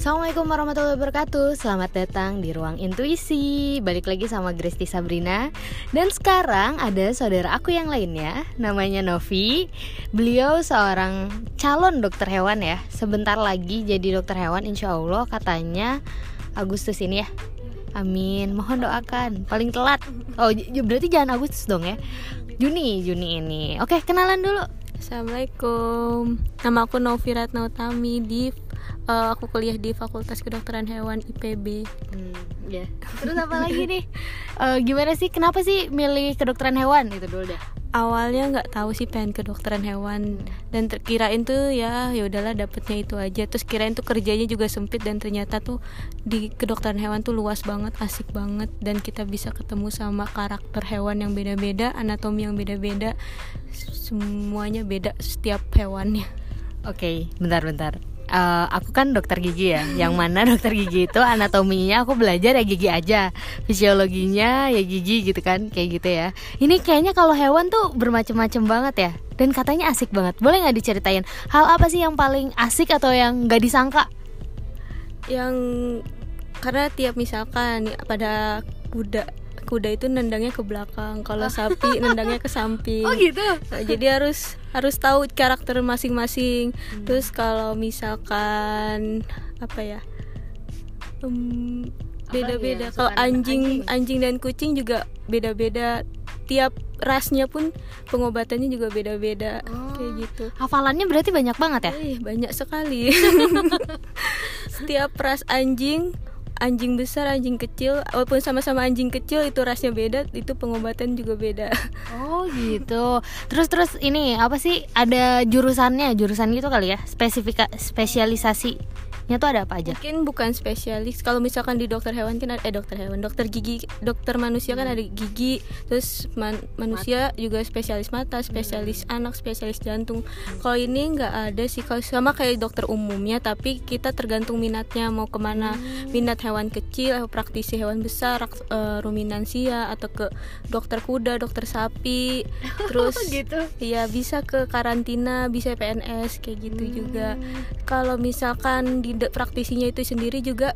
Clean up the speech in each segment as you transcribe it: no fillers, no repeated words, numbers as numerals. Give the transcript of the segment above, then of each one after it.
Assalamualaikum warahmatullahi wabarakatuh. Selamat datang di Ruang Intuisi. Balik lagi sama Gresti Sabrina. Dan sekarang ada saudara aku yang lainnya, namanya Novi. Beliau seorang calon dokter hewan ya. Sebentar lagi jadi dokter hewan, insya Allah katanya Agustus ini ya. Amin, mohon doakan. Paling telat, oh berarti jangan Agustus dong ya, Juni ini. Oke, kenalan dulu. Assalamualaikum, nama aku Novi Ratna Utami. Aku kuliah di Fakultas Kedokteran Hewan IPB. Ya. Terus apa lagi nih? Gimana sih? Kenapa sih milih kedokteran hewan? Itu dulu deh. Awalnya nggak tahu sih pengen kedokteran hewan dan kirain tuh ya udahlah dapetnya itu aja. Terus kirain tuh kerjanya juga sempit dan ternyata tuh di kedokteran hewan tuh luas banget, asik banget, dan kita bisa ketemu sama karakter hewan yang beda-beda, anatomi yang beda-beda, semuanya beda setiap hewannya. Oke, bentar. Aku kan dokter gigi ya, yang mana dokter gigi itu anatominya aku belajar ya gigi aja, fisiologinya ya gigi gitu kan, kayak gitu ya. Ini kayaknya kalau hewan tuh bermacam-macam banget ya, dan katanya asik banget. Boleh nggak diceritain hal apa sih yang paling asik atau yang nggak disangka? Karena tiap misalkan pada kuda itu nendangnya ke belakang, kalau sapi nendangnya ke samping. Oh gitu. Jadi harus tahu karakter masing-masing. Terus kalau misalkan beda-beda. Kalau anjing dan kucing juga beda-beda. Tiap rasnya pun pengobatannya juga beda-beda. Kayak gitu. Hafalannya berarti banyak banget ya? Banyak sekali. Setiap ras anjing besar, anjing kecil, walaupun sama-sama anjing kecil itu rasnya beda, itu pengobatan juga beda. Oh gitu. Terus ini apa sih, ada jurusan gitu kali ya, spesialisasinya tuh ada apa aja? Mungkin bukan spesialis. Kalau misalkan di dokter hewan kan ada dokter gigi, dokter manusia kan ada gigi, terus manusia juga spesialis mata, spesialis anak, spesialis jantung. Kalau ini nggak ada sih, kalau sama kayak dokter umumnya, tapi kita tergantung minatnya mau kemana. Minat hewan kecil, praktisi hewan besar, ruminansia, atau ke dokter kuda, dokter sapi. Terus gitu. Ya bisa ke karantina, bisa PNS kayak gitu juga. Kalau misalkan di praktisinya itu sendiri juga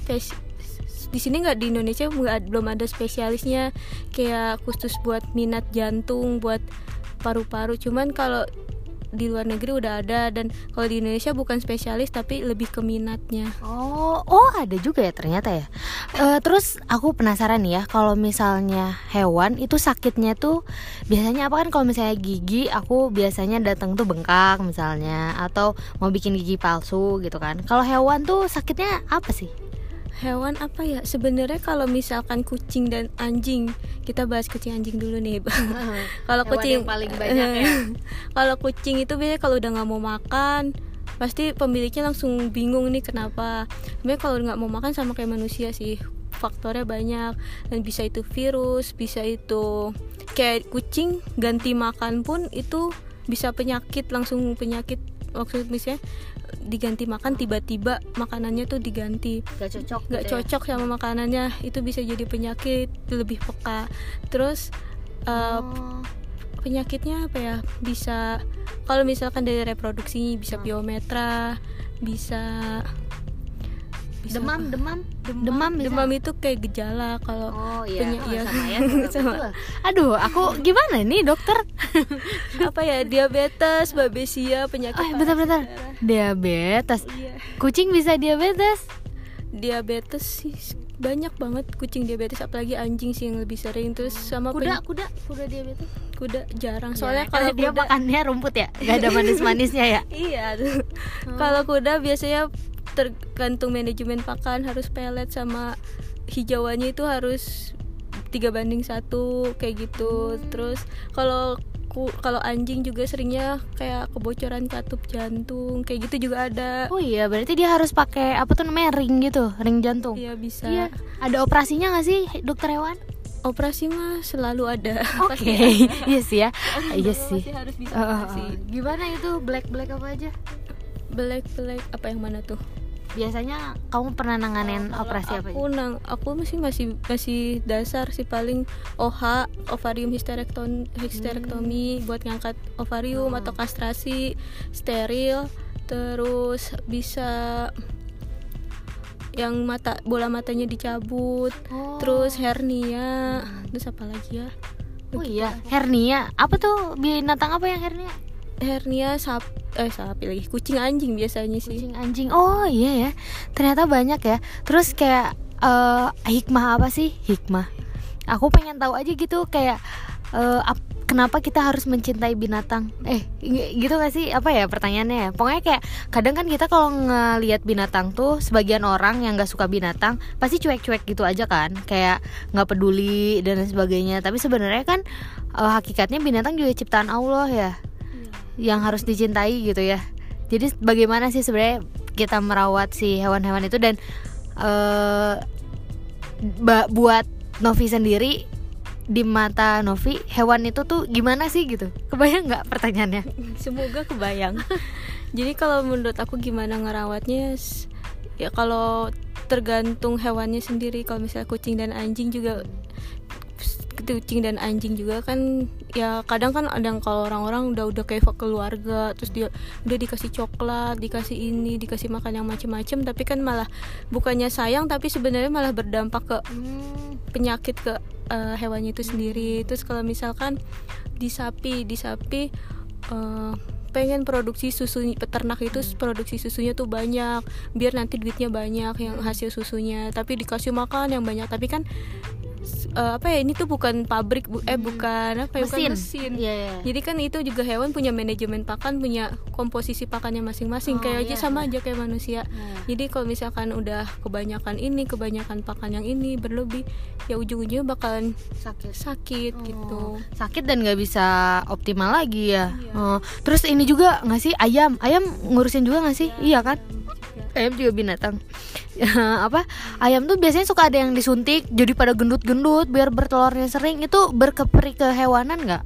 di sini di Indonesia belum ada spesialisnya kayak khusus buat minat jantung, buat paru-paru. Cuman kalau di luar negeri udah ada, dan kalau di Indonesia bukan spesialis tapi lebih ke minatnya. Oh ada juga ya ternyata ya. Terus aku penasaran nih ya, kalau misalnya hewan itu sakitnya tuh biasanya apa? Kan kalau misalnya gigi, aku biasanya datang tuh bengkak misalnya, atau mau bikin gigi palsu gitu kan. Kalau hewan tuh sakitnya apa sih? Hewan apa ya? Sebenarnya kalau misalkan kucing dan anjing, kita bahas kucing anjing dulu nih. Kalau kucing yang paling banyak ya. Kalau kucing itu biasanya kalau udah nggak mau makan, pasti pemiliknya langsung bingung nih kenapa. Sebenarnya kalau nggak mau makan sama kayak manusia sih, faktornya banyak, dan bisa itu virus, bisa itu kayak kucing ganti makan pun itu bisa langsung penyakit. Maksud misalnya diganti makan, tiba-tiba makanannya tuh diganti, gak cocok sama makanannya, itu bisa jadi penyakit, lebih peka. Terus penyakitnya apa ya, bisa kalau misalkan dari reproduksi bisa piometra, bisa demam itu kayak gejala. Kalau sama. Aduh, aku gimana nih dokter? Diabetes, babesia, penyakit bentar. Diabetes. Iya. Kucing bisa diabetes? Diabetes sih banyak banget kucing diabetes, apalagi anjing sih yang lebih sering. Terus sama kuda diabetes? Kuda jarang, soalnya kalau dia makannya rumput ya, gak ada manis-manisnya ya. Iya tuh. Kalau kuda biasanya tergantung manajemen pakan, harus pelet sama hijauannya itu harus 3:1 kayak gitu. Terus kalau anjing juga seringnya kayak kebocoran katup jantung kayak gitu juga ada. Oh iya, berarti dia harus pakai ring gitu, ring jantung. Iya bisa. Iya. Ada operasinya nggak sih dokter hewan? Operasi mah selalu ada. Oke. Iya sih ya. Iya sih. Harus bisa operasi. Gimana itu black apa aja? Black apa yang mana tuh? Biasanya kamu pernah nanganin operasi apa? Aku masih dasar sih, paling ovarium hysterektomi buat ngangkat ovarium atau kastrasi, steril, terus bisa yang bola matanya dicabut, terus hernia, terus apa lagi ya? Oh iya, hernia. Apa tuh binatang apa yang hernia? Hernia sapi lagi, kucing anjing biasanya sih. Kucing anjing. Oh iya ya. Ternyata banyak ya. Terus kayak hikmah apa sih? Hikmah. Aku pengen tahu aja gitu kayak kenapa kita harus mencintai binatang? Gitu gak sih? Apa ya pertanyaannya ya? Pokoknya kayak kadang kan kita kalau ngelihat binatang tuh, sebagian orang yang gak suka binatang pasti cuek-cuek gitu aja kan, kayak gak peduli dan sebagainya. Tapi sebenarnya kan hakikatnya binatang juga ciptaan Allah ya, yang harus dicintai gitu ya. Jadi bagaimana sih sebenarnya kita merawat si hewan-hewan itu, dan buat Novi sendiri, di mata Novi hewan itu tuh gimana sih gitu? Kebayang nggak pertanyaannya? Semoga kebayang. Jadi kalau menurut aku gimana ngerawatnya, ya kalau tergantung hewannya sendiri. Kalau misalnya kucing dan anjing juga kan ya kadang kan ada yang kalau orang-orang udah kayak keluarga, terus dia udah dikasih coklat, dikasih ini, dikasih makan yang macem-macem, tapi kan malah bukannya sayang tapi sebenarnya malah berdampak ke penyakit ke hewannya itu sendiri. Terus kalau misalkan di sapi pengen produksi susu, peternak itu produksi susunya tuh banyak biar nanti duitnya banyak yang hasil susunya, tapi dikasih makan yang banyak, tapi kan ini tuh bukan pabrik bukan mesin. Yeah. Jadi kan itu juga hewan punya manajemen pakan, punya komposisi pakannya masing-masing, kayak aja sama aja kayak manusia. Jadi kalau misalkan udah kebanyakan pakan yang ini berlebih, ya ujung-ujungnya bakalan sakit gitu. Sakit dan nggak bisa optimal lagi ya. Terus ini juga nggak sih, ayam ngurusin juga nggak sih? Iya kan? Ayam juga binatang. Ayam tuh biasanya suka ada yang disuntik jadi pada gendut-gendut biar bertelurnya sering. Itu berkeperi kehewanan nggak?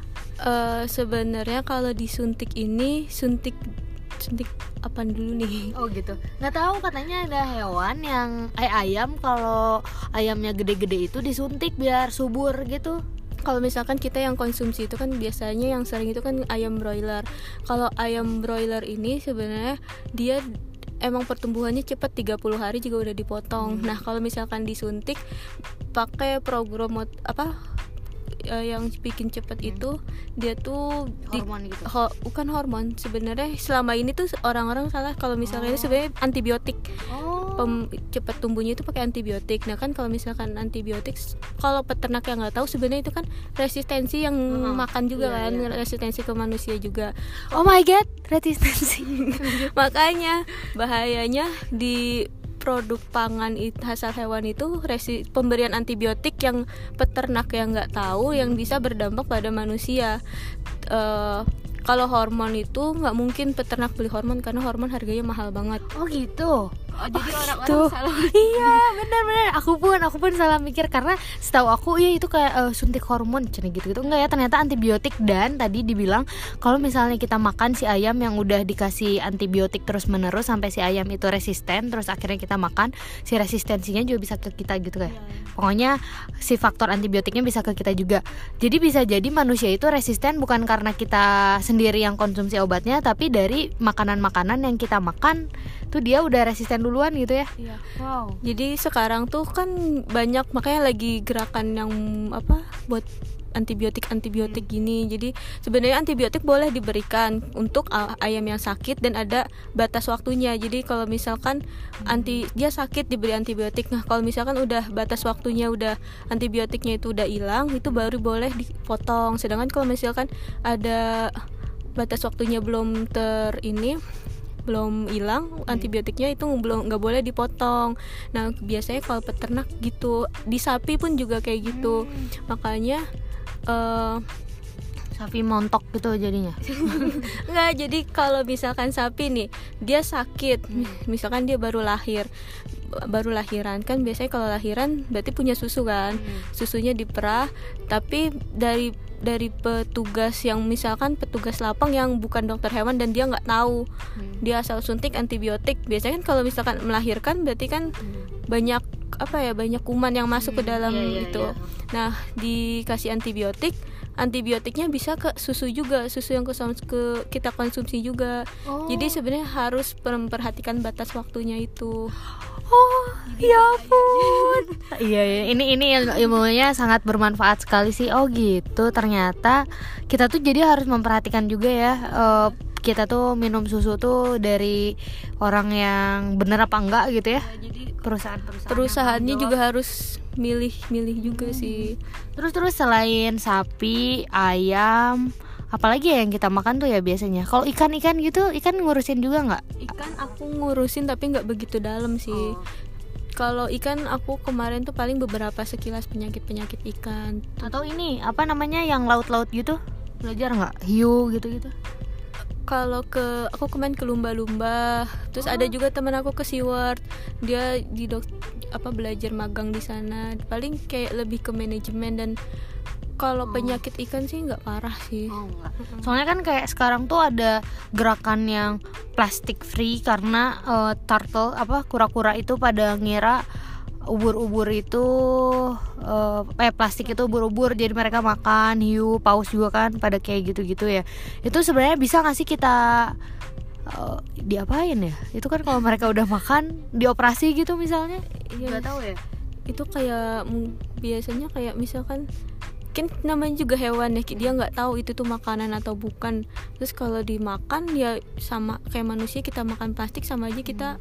Sebenarnya kalau disuntik ini suntik apa dulu nih? Oh gitu. Nggak tahu, katanya ada hewan yang ayam kalau ayamnya gede-gede itu disuntik biar subur gitu. Kalau misalkan kita yang konsumsi itu kan biasanya yang sering itu kan ayam broiler. Kalau ayam broiler ini sebenarnya dia emang pertumbuhannya cepat, 30 hari juga udah dipotong. Nah, kalau misalkan disuntik pakai program yang bikin cepat itu, dia tuh hormon gitu. Bukan hormon. Sebenarnya selama ini tuh orang-orang salah kalau misalnya ini sebenarnya antibiotik. Cepat tumbuhnya itu pakai antibiotik. Nah, kan kalau misalkan antibiotik, kalau peternak yang nggak tahu sebenarnya itu kan resistensi yang makan juga resistensi ke manusia juga. Oh my god, resistensi. Makanya bahayanya di produk pangan hasil hewan itu pemberian antibiotik yang peternak yang nggak tahu, yang bisa berdampak pada manusia. Kalau hormon itu nggak mungkin peternak beli hormon karena hormon harganya mahal banget. Oh gitu. Jadi orang-orang salah. Iya, benar-benar. Aku pun salah mikir karena setahu aku ya itu kayak suntik hormon cina gitu. Enggak ya, ternyata antibiotik. Dan tadi dibilang kalau misalnya kita makan si ayam yang udah dikasih antibiotik terus-menerus sampai si ayam itu resisten, terus akhirnya kita makan, si resistensinya juga bisa ke kita gitu kayak. Pokoknya si faktor antibiotiknya bisa ke kita juga. Jadi bisa jadi manusia itu resisten bukan karena kita sendiri yang konsumsi obatnya, tapi dari makanan-makanan yang kita makan tuh dia udah resisten duluan gitu ya. Wow. Jadi sekarang tuh kan banyak, makanya lagi gerakan yang buat antibiotik gini. Jadi sebenarnya antibiotik boleh diberikan untuk ayam yang sakit dan ada batas waktunya. Jadi kalau misalkan dia sakit diberi antibiotik. Nah, kalau misalkan udah batas waktunya, udah antibiotiknya itu udah hilang, itu baru boleh dipotong. Sedangkan kalau misalkan ada batas waktunya belum hilang antibiotiknya, itu nggak boleh dipotong. Nah, biasanya kalau peternak gitu, di sapi pun juga kayak gitu. Makanya sapi montok gitu jadinya. Nggak, jadi kalau misalkan sapi nih dia sakit, misalkan dia baru lahiran kan, biasanya kalau lahiran berarti punya susu kan, susunya diperah, tapi dari petugas yang misalkan petugas lapang yang bukan dokter hewan dan dia nggak tahu, dia asal suntik antibiotik. Biasanya kan kalau misalkan melahirkan berarti kan banyak kuman yang masuk ke dalam itu. Nah, dikasih antibiotik antibiotiknya bisa ke susu juga, susu yang kita konsumsi juga. Jadi sebenarnya harus memperhatikan batas waktunya itu. Oh, ya ampun. Iya, ini ilmunya sangat bermanfaat sekali sih. Oh gitu, ternyata kita tuh jadi harus memperhatikan juga ya. Kita tuh minum susu tuh dari orang yang bener apa enggak gitu ya. Jadi perusahaannya juga harus milih juga sih. Terus selain sapi, ayam, apalagi ya yang kita makan tuh ya biasanya. Kalau ikan gitu, ikan ngurusin juga nggak? Ikan aku ngurusin tapi nggak begitu dalam sih. Kalau ikan aku kemarin tuh paling beberapa sekilas penyakit ikan. Atau ini apa namanya yang laut gitu? Belajar nggak? Hiu gitu. Kalau aku kemarin ke lumba-lumba, terus ada juga teman aku ke SeaWorld, dia belajar magang di sana. Paling kayak lebih ke manajemen, dan kalau penyakit ikan sih nggak parah sih. Enggak. Soalnya kan kayak sekarang tuh ada gerakan yang plastic free karena turtle kura-kura itu pada ngira ubur-ubur itu plastik itu ubur-ubur, jadi mereka makan. Hiu, paus juga kan pada kayak gitu-gitu ya. Itu sebenarnya bisa nggak sih kita diapain ya? Itu kan kalau mereka udah makan dioperasi gitu misalnya? Nggak tahu ya. Itu kayak biasanya kayak misalkan kan namanya juga hewan ya, dia nggak tahu itu tuh makanan atau bukan. Terus kalau dimakan ya sama kayak manusia, kita makan plastik sama aja kita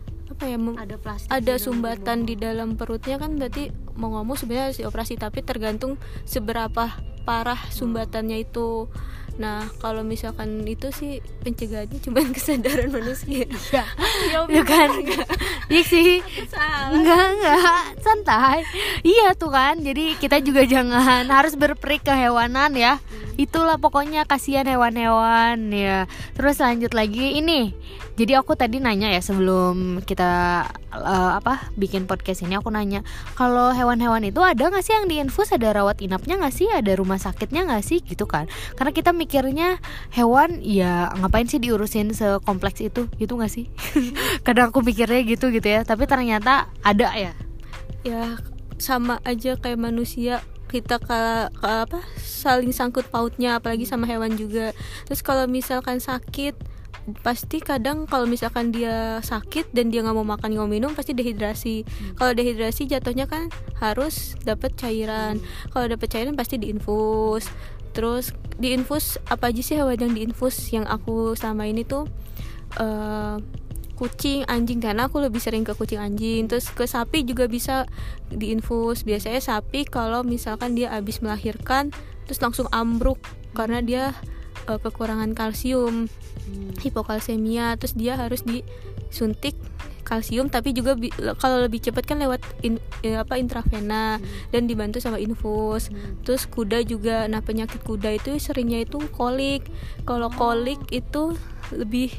ada sumbatan di dalam perutnya kan, berarti mau ngomong sebenarnya harus dioperasi, tapi tergantung seberapa parah sumbatannya itu. Nah kalau misalkan itu sih pencegahannya cuma kesadaran manusia. Ya kan? Iya sih. Enggak, santai. Iya tuh kan. Jadi kita juga jangan harus berperi kehewanan ya. Itulah pokoknya, kasihan hewan-hewan ya. Terus lanjut lagi ini. Jadi aku tadi nanya ya sebelum kita bikin podcast ini, aku nanya kalau hewan-hewan itu ada nggak sih yang diinfus, ada rawat inapnya nggak sih, ada rumah sakitnya nggak sih gitu kan? Karena kita mikirnya hewan ya ngapain sih diurusin sekompleks itu gitu nggak sih? Kadang aku mikirnya gitu ya. Tapi ternyata ada ya. Ya sama aja kayak manusia, kita saling sangkut pautnya, apalagi sama hewan juga. Terus kalau misalkan sakit, pasti kadang kalau misalkan dia sakit dan dia nggak mau makan nggak mau minum, pasti dehidrasi. Kalau dehidrasi jatuhnya kan harus dapat cairan. Kalau dapat cairan pasti diinfus. Terus diinfus apa aja sih hewan yang diinfus? Yang aku selama ini tuh kucing, anjing, karena aku lebih sering ke kucing, anjing. Terus ke sapi juga bisa diinfus. Biasanya sapi kalau misalkan dia habis melahirkan terus langsung ambruk karena dia kekurangan kalsium, hipokalsemia, terus dia harus disuntik kalsium, tapi juga kalau lebih cepat kan lewat intravena dan dibantu sama infus. Terus kuda juga, nah penyakit kuda itu seringnya itu kolik. Kalau kolik itu lebih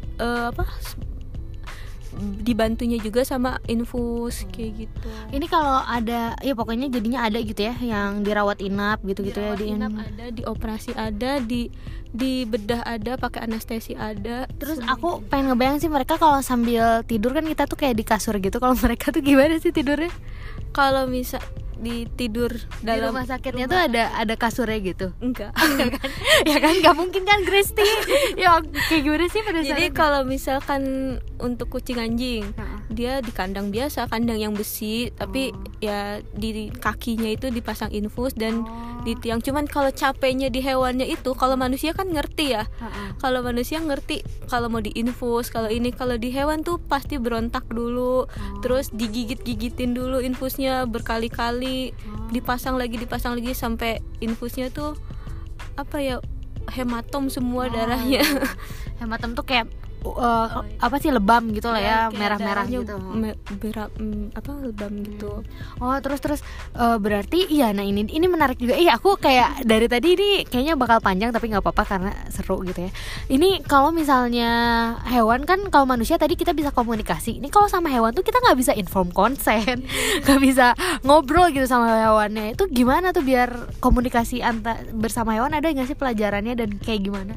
dibantunya juga sama infus kayak gitu. Ini kalau ada ya pokoknya jadinya ada gitu ya yang dirawat inap gitu-gitu ya, di inap ada, di operasi ada, di bedah ada, pakai anestesi ada. Terus aku pengen ngebayang sih mereka kalau sambil tidur kan kita tuh kayak di kasur gitu. Kalau mereka tuh gimana sih tidurnya? Kalau misal tidur dalam rumah sakitnya tuh ada kasurnya gitu? Enggak. Ya kan nggak mungkin kan Kristi. Ya kayak gimana sih pada saat jadi kalau misalkan untuk kucing anjing dia di kandang biasa, kandang yang besi, tapi ya di kakinya itu dipasang infus dan di tiang. Cuman kalau capeknya di hewannya itu, kalau manusia kan ngerti ya. Kalau manusia ngerti kalau mau diinfus, kalau di hewan tuh pasti berontak dulu, terus digigit-gigitin dulu infusnya berkali-kali, dipasang lagi sampai infusnya tuh hematom semua darahnya. Hematom tuh kayak lebam gitu lah ya, merah-merah gitu. Lebam gitu. Terus berarti iya. Nah ini menarik juga. Aku kayak dari tadi ini kayaknya bakal panjang tapi nggak apa-apa karena seru gitu ya. Ini kalau misalnya hewan kan, kalau manusia tadi kita bisa komunikasi. Ini kalau sama hewan tuh kita nggak bisa inform konsen, nggak bisa ngobrol gitu sama hewannya. Itu gimana tuh biar komunikasi bersama hewan? Ada nggak sih pelajarannya dan kayak gimana?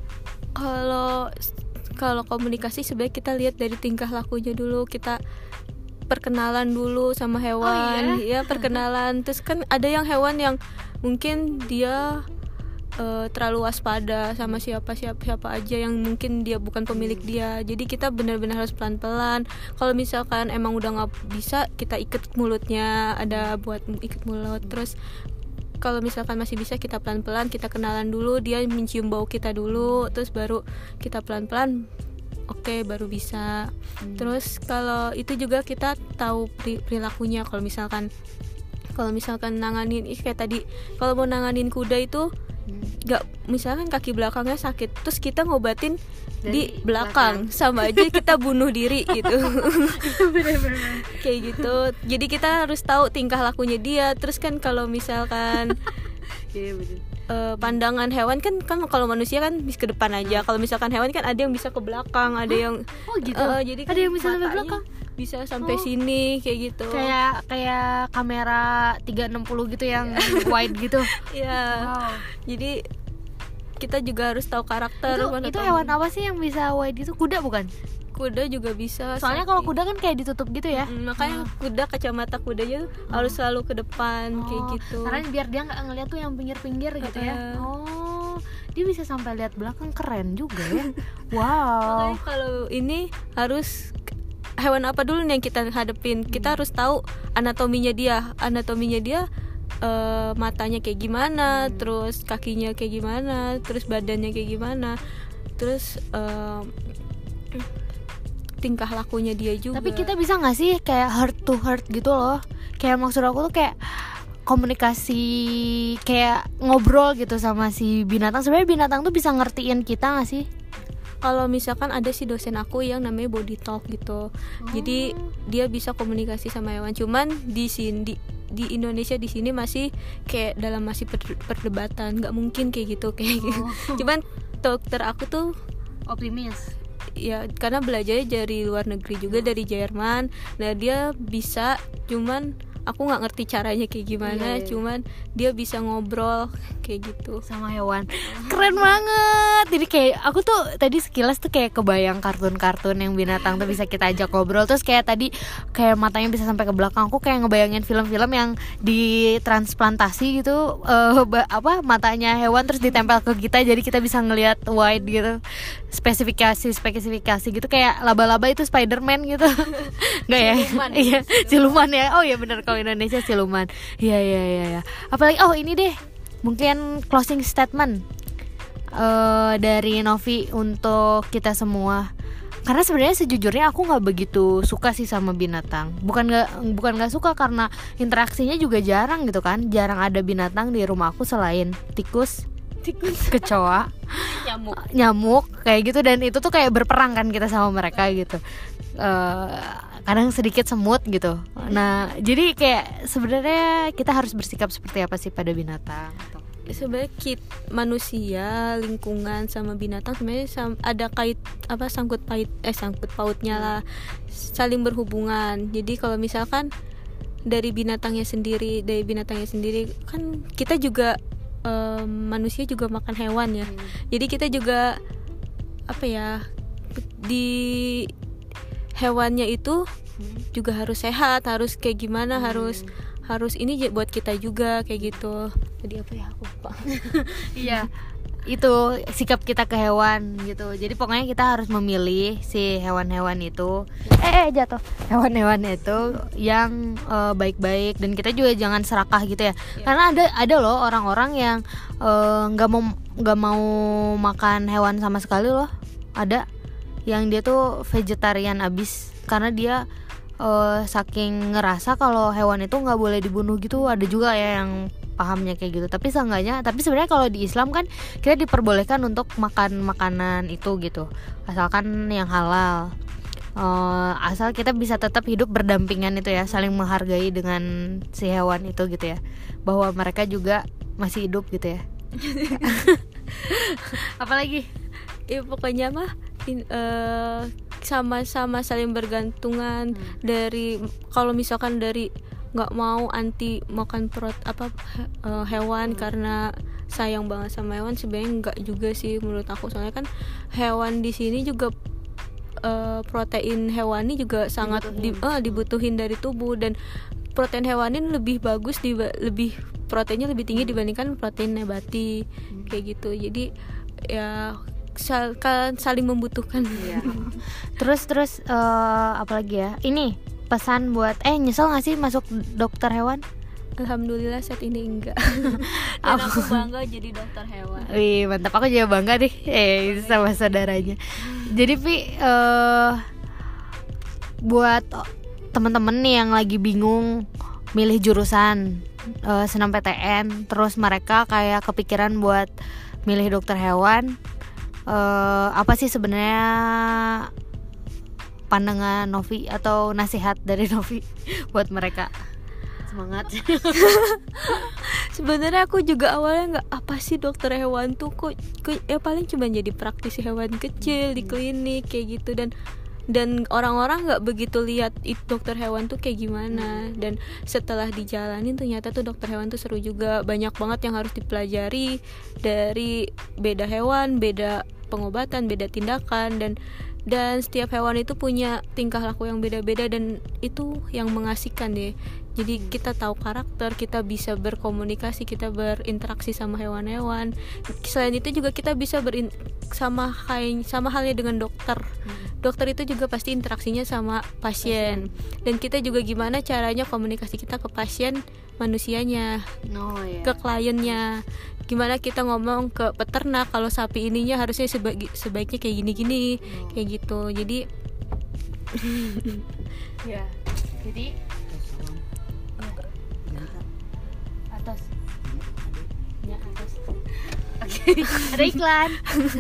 Kalau komunikasi sebenarnya kita lihat dari tingkah lakunya dulu, kita perkenalan dulu sama hewan. Ya perkenalan. Terus kan ada yang hewan yang mungkin dia terlalu waspada sama siapa aja yang mungkin dia bukan pemilik dia. Jadi kita benar-benar harus pelan-pelan. Kalau misalkan emang udah nggak bisa, kita ikat mulutnya, ada buat ikat mulut. Terus kalau misalkan masih bisa, kita pelan-pelan, kita kenalan dulu, dia mencium bau kita dulu, terus baru kita pelan-pelan oke, baru bisa. Terus kalau itu juga kita tahu perilakunya. Kalau misalkan nanganin kayak tadi, kalau mau nanganin kuda itu nggak, misalkan kaki belakangnya sakit terus kita ngobatin dari di belakang, sama aja kita bunuh diri gitu. Bener-bener. Kayak gitu. Jadi kita harus tahu tingkah lakunya dia. Terus kan kalau misalkan pandangan hewan kan kalau manusia kan bisa ke depan aja. Kalau misalkan hewan kan ada yang bisa ke belakang, ada yang gitu. Jadi ada yang bisa sampai belakang, bisa sampai sini kayak gitu. Kayak kamera 360 gitu yang wide gitu. Iya. Wow. Jadi kita juga harus tahu karakter. Itu hewan apa sih yang bisa wide itu? Kuda bukan? Kuda juga bisa. Soalnya kalau kuda kan kayak ditutup gitu ya. Makanya kuda, kacamata kudanya harus selalu ke depan kayak gitu. Karena biar dia nggak ngeliat tuh yang pinggir-pinggir gitu ya. Dia bisa sampai lihat belakang, keren juga ya. Wow. Makanya kalau ini harus hewan apa dulu nih yang kita hadepin. Kita harus tahu anatominya dia. Matanya kayak gimana, terus kakinya kayak gimana, terus badannya kayak gimana, terus tingkah lakunya dia juga. Tapi kita bisa nggak sih kayak heart to heart gitu loh? Kayak maksud aku tuh kayak komunikasi, kayak ngobrol gitu sama si binatang. Sebenarnya binatang tuh bisa ngertiin kita nggak sih? Kalau misalkan ada si dosen aku yang namanya body talk gitu. Jadi dia bisa komunikasi sama hewan. Cuman di sini di Indonesia di sini masih kayak dalam masih perdebatan, nggak mungkin kayak gitu. Cuman dokter aku tuh optimis ya, karena belajarnya dari luar negeri juga, dari Jerman. Nah dia bisa, cuman aku nggak ngerti caranya kayak gimana. Cuman dia bisa ngobrol kayak gitu sama hewan. Keren banget. Jadi kayak aku tuh tadi sekilas tuh kayak kebayang kartun-kartun yang binatang tuh bisa kita ajak ngobrol. Terus kayak tadi kayak matanya bisa sampai ke belakang. Aku kayak ngebayangin film-film yang ditransplantasi gitu, matanya hewan terus ditempel ke kita, jadi kita bisa ngelihat wide gitu, spesifikasi gitu, kayak laba-laba itu Spider-Man gitu. Nggak ya? Iya, siluman ya. Oh iya benar, kalau Indonesia siluman. Iya. Apalagi ini deh, mungkin closing statement dari Novi untuk kita semua. Karena sebenarnya sejujurnya aku nggak begitu suka sih sama binatang. Bukan nggak suka, karena interaksinya juga jarang gitu kan. Jarang ada binatang di rumah aku selain tikus, kecoa, nyamuk kayak gitu. Dan itu tuh kayak berperang kan kita sama mereka gitu. Kadang sedikit semut gitu. Nah jadi kayak sebenarnya kita harus bersikap seperti apa sih pada binatang? Sebenarnya manusia, lingkungan sama binatang sebenarnya ada sangkut pautnya lah, saling berhubungan. Jadi kalau misalkan dari binatangnya sendiri kan kita juga manusia juga makan hewan ya. Jadi kita juga di hewannya itu juga harus sehat, harus kayak gimana, harus ini buat kita juga kayak gitu. Jadi apa ya, aku lupa. Iya, itu sikap kita ke hewan gitu. Jadi pokoknya kita harus memilih si hewan-hewan itu jatuh, hewan-hewan itu yang baik-baik, dan kita juga jangan serakah gitu ya. Karena ada loh orang-orang yang nggak mau makan hewan sama sekali loh. Ada yang dia tuh vegetarian abis karena dia saking ngerasa kalau hewan itu nggak boleh dibunuh gitu. Ada juga ya yang pahamnya kayak gitu. Tapi sebenarnya kalau di Islam kan kita diperbolehkan untuk makan makanan itu gitu, asalkan yang halal. Asal kita bisa tetap hidup berdampingan itu ya, saling menghargai dengan si hewan itu gitu ya, bahwa mereka juga masih hidup gitu ya. Apalagi ya pokoknya mah sama-sama saling bergantungan. Dari kalau misalkan dari nggak mau anti makan hewan karena sayang banget sama hewan, sebenarnya nggak juga sih menurut aku. Soalnya kan hewan di sini juga protein hewani juga sangat dibutuhin dari tubuh, dan protein hewani lebih bagus, lebih proteinnya lebih tinggi dibandingkan protein nabati kayak gitu. Jadi ya saling membutuhkan. Terus apalagi ya, ini pesan buat nyesel gak sih masuk dokter hewan? Alhamdulillah saat ini enggak. Dan aku bangga jadi dokter hewan. Wih mantap, aku juga bangga deh sama saudaranya. Jadi buat temen-temen nih yang lagi bingung milih jurusan SNMPTN, terus mereka kayak kepikiran buat milih dokter hewan, apa sih sebenarnya pandangan Novi atau nasihat dari Novi buat mereka? Semangat. Sebenarnya aku juga awalnya nggak apa sih dokter hewan tuh kok ya paling cuma jadi praktisi hewan kecil di klinik kayak gitu, dan orang-orang nggak begitu lihat dokter hewan tuh kayak gimana. Dan setelah dijalanin ternyata tuh dokter hewan tuh seru juga, banyak banget yang harus dipelajari dari beda hewan, beda pengobatan, beda tindakan, dan setiap hewan itu punya tingkah laku yang beda-beda, dan itu yang mengasihkan deh. Jadi kita tahu karakter, kita bisa berkomunikasi, kita berinteraksi sama hewan-hewan. Selain itu juga kita bisa sama halnya dengan dokter. Dokter itu juga pasti interaksinya sama pasien. Dan kita juga gimana caranya komunikasi kita ke pasien manusianya, ke kliennya. Gimana kita ngomong ke peternak kalau sapi ininya harusnya sebaiknya kayak gini-gini, kayak gitu. Jadi ya. Jadi atas. Oke, ada iklan.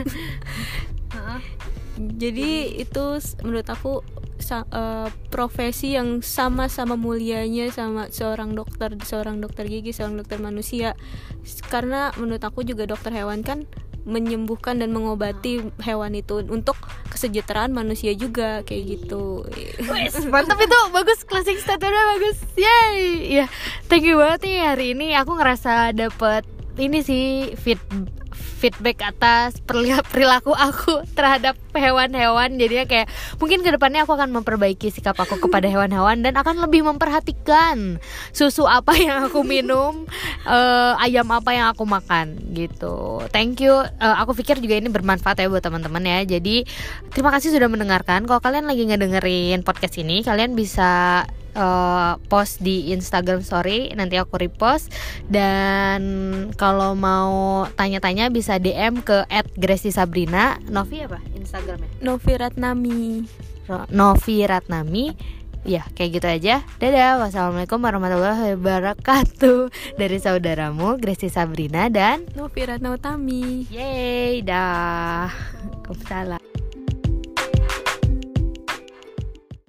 Jadi itu menurut aku profesi yang sama-sama mulianya sama seorang dokter gigi, seorang dokter manusia. Karena menurut aku juga dokter hewan kan menyembuhkan dan mengobati hewan itu untuk kesejahteraan manusia juga kayak gitu. Mantap itu, bagus, closing statementnya bagus. Yay. Ya, thank you banget nih, hari ini aku ngerasa dapet ini sih feedback atas perilaku aku terhadap hewan-hewan. Jadinya kayak mungkin kedepannya aku akan memperbaiki sikap aku kepada hewan-hewan dan akan lebih memperhatikan susu apa yang aku minum, ayam apa yang aku makan gitu. Thank you. Aku pikir juga ini bermanfaat ya buat teman-teman ya. Jadi terima kasih sudah mendengarkan. Kalau kalian lagi ngedengerin podcast ini, kalian bisa post di Instagram story, nanti aku repost. Dan kalau mau tanya-tanya bisa DM ke @grestisabrina. Novi apa Instagramnya? Novi Ratnami. Ya kayak gitu aja. Dadah, wassalamualaikum warahmatullahi wabarakatuh. Dari saudaramu Gresti Sabrina dan Novi Ratnautami. Yeay, dah. Waalaikumsalam.